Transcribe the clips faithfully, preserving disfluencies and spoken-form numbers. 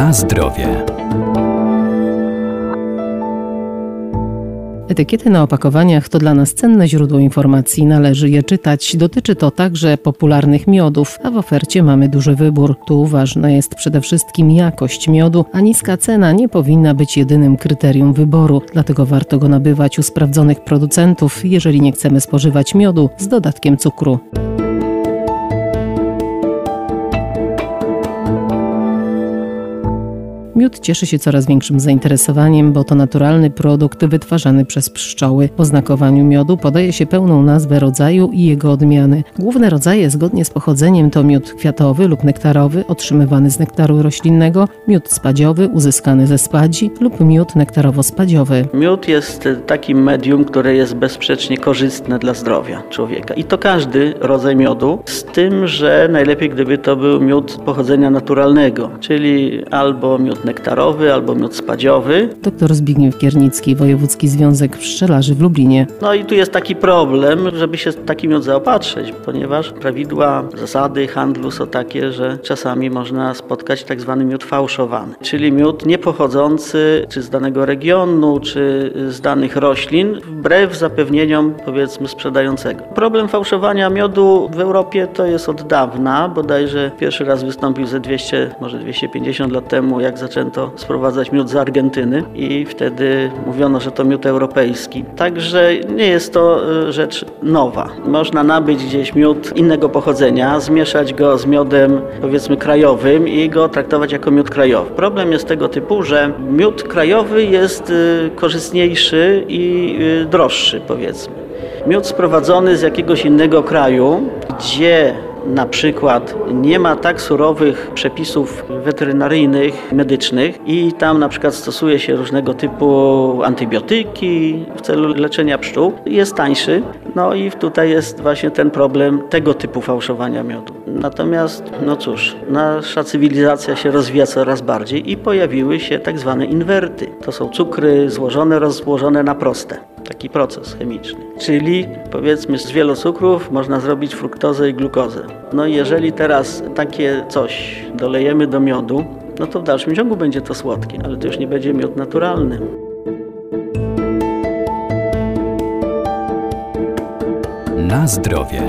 Na zdrowie. Etykiety na opakowaniach to dla nas cenne źródło informacji, należy je czytać. Dotyczy to także popularnych miodów, a w ofercie mamy duży wybór. Tu ważna jest przede wszystkim jakość miodu, a niska cena nie powinna być jedynym kryterium wyboru. Dlatego warto go nabywać u sprawdzonych producentów, jeżeli nie chcemy spożywać miodu z dodatkiem cukru. Miód cieszy się coraz większym zainteresowaniem, bo to naturalny produkt wytwarzany przez pszczoły. W oznakowaniu miodu podaje się pełną nazwę rodzaju i jego odmiany. Główne rodzaje zgodnie z pochodzeniem to miód kwiatowy lub nektarowy, otrzymywany z nektaru roślinnego, miód spadziowy, uzyskany ze spadzi lub miód nektarowo-spadziowy. Miód jest takim medium, które jest bezsprzecznie korzystne dla zdrowia człowieka. I to każdy rodzaj miodu, z tym, że najlepiej gdyby to był miód pochodzenia naturalnego, czyli albo miód nektarowy albo miód spadziowy. Doktor Zbigniew Kiernicki, Wojewódzki Związek Pszczelarzy w Lublinie. No i tu jest taki problem, żeby się taki miód zaopatrzyć, ponieważ prawidła, zasady handlu są takie, że czasami można spotkać tak zwany miód fałszowany, czyli miód nie pochodzący czy z danego regionu, czy z danych roślin, wbrew zapewnieniom, powiedzmy, sprzedającego. Problem fałszowania miodu w Europie to jest od dawna, bodajże pierwszy raz wystąpił ze dwieście, może dwieście pięćdziesiąt lat temu, jak zaczęto sprowadzać miód z Argentyny i wtedy mówiono, że to miód europejski. Także nie jest to rzecz nowa. Można nabyć gdzieś miód innego pochodzenia, zmieszać go z miodem, powiedzmy, krajowym i go traktować jako miód krajowy. Problem jest tego typu, że miód krajowy jest korzystniejszy i droższy, powiedzmy. Miód sprowadzony z jakiegoś innego kraju, gdzie na przykład nie ma tak surowych przepisów weterynaryjnych, medycznych i tam na przykład stosuje się różnego typu antybiotyki w celu leczenia pszczół, jest tańszy. No i tutaj jest właśnie ten problem tego typu fałszowania miodu. Natomiast, no cóż, nasza cywilizacja się rozwija coraz bardziej i pojawiły się tak zwane inwerty. To są cukry złożone, rozłożone na proste. Taki proces chemiczny. Czyli powiedzmy z wielu cukrów można zrobić fruktozę i glukozę. No i jeżeli teraz takie coś dolejemy do miodu, no to w dalszym ciągu będzie to słodkie, ale to już nie będzie miód naturalny. Na zdrowie.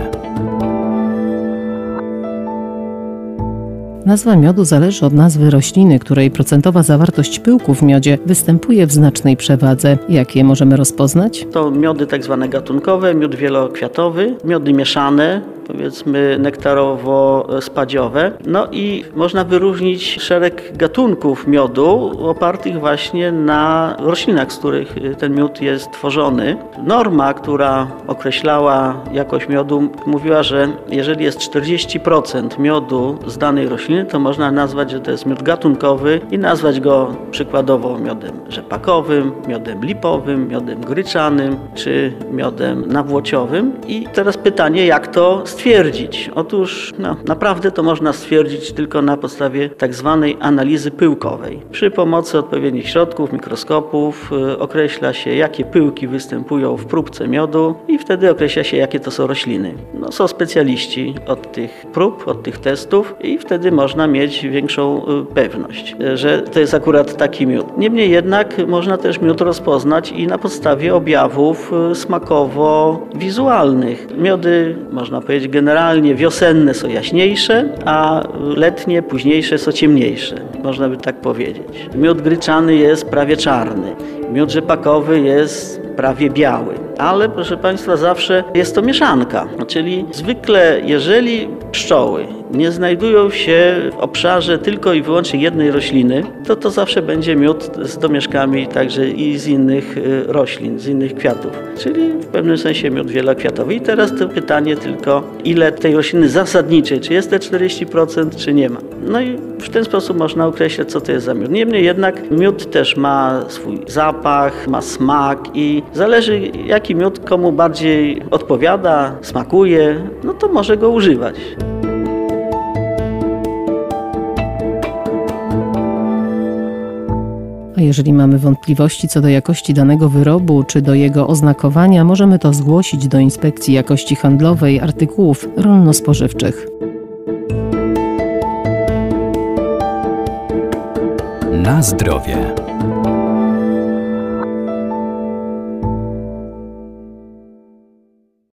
Nazwa miodu zależy od nazwy rośliny, której procentowa zawartość pyłku w miodzie występuje w znacznej przewadze. Jak je możemy rozpoznać? To miody tak zwane gatunkowe, miód wielokwiatowy, miody mieszane, powiedzmy nektarowo-spadziowe. No i można wyróżnić szereg gatunków miodu opartych właśnie na roślinach, z których ten miód jest tworzony. Norma, która określała jakość miodu, mówiła, że jeżeli jest czterdzieści procent miodu z danej rośliny, to można nazwać, że to jest miód gatunkowy i nazwać go przykładowo miodem rzepakowym, miodem lipowym, miodem gryczanym czy miodem nawłociowym. I teraz pytanie, jak to stwierdzić? Otóż no, naprawdę to można stwierdzić tylko na podstawie tak zwanej analizy pyłkowej. Przy pomocy odpowiednich środków, mikroskopów y, określa się, jakie pyłki występują w próbce miodu i wtedy określa się, jakie to są rośliny. No, są specjaliści od tych prób, od tych testów i wtedy można mieć większą y, pewność, że to jest akurat taki miód. Niemniej jednak można też miód rozpoznać i na podstawie objawów y, smakowo-wizualnych. Miody, można powiedzieć, generalnie wiosenne są jaśniejsze, a letnie, późniejsze są ciemniejsze. Można by tak powiedzieć. Miód gryczany jest prawie czarny. Miód rzepakowy jest prawie biały. Ale proszę Państwa, zawsze jest to mieszanka. Czyli zwykle, jeżeli pszczoły nie znajdują się w obszarze tylko i wyłącznie jednej rośliny, to to zawsze będzie miód z domieszkami także i z innych roślin, z innych kwiatów. Czyli w pewnym sensie miód wielokwiatowy. I teraz to pytanie tylko, ile tej rośliny zasadniczej, czy jest te czterdzieści procent, czy nie ma. No i w ten sposób można określać, co to jest za miód. Niemniej jednak miód też ma swój zapach, ma smak i zależy, jaki miód komu bardziej odpowiada, smakuje, no to może go używać. A jeżeli mamy wątpliwości co do jakości danego wyrobu czy do jego oznakowania, możemy to zgłosić do Inspekcji Jakości Handlowej Artykułów Rolno-Spożywczych. Na zdrowie.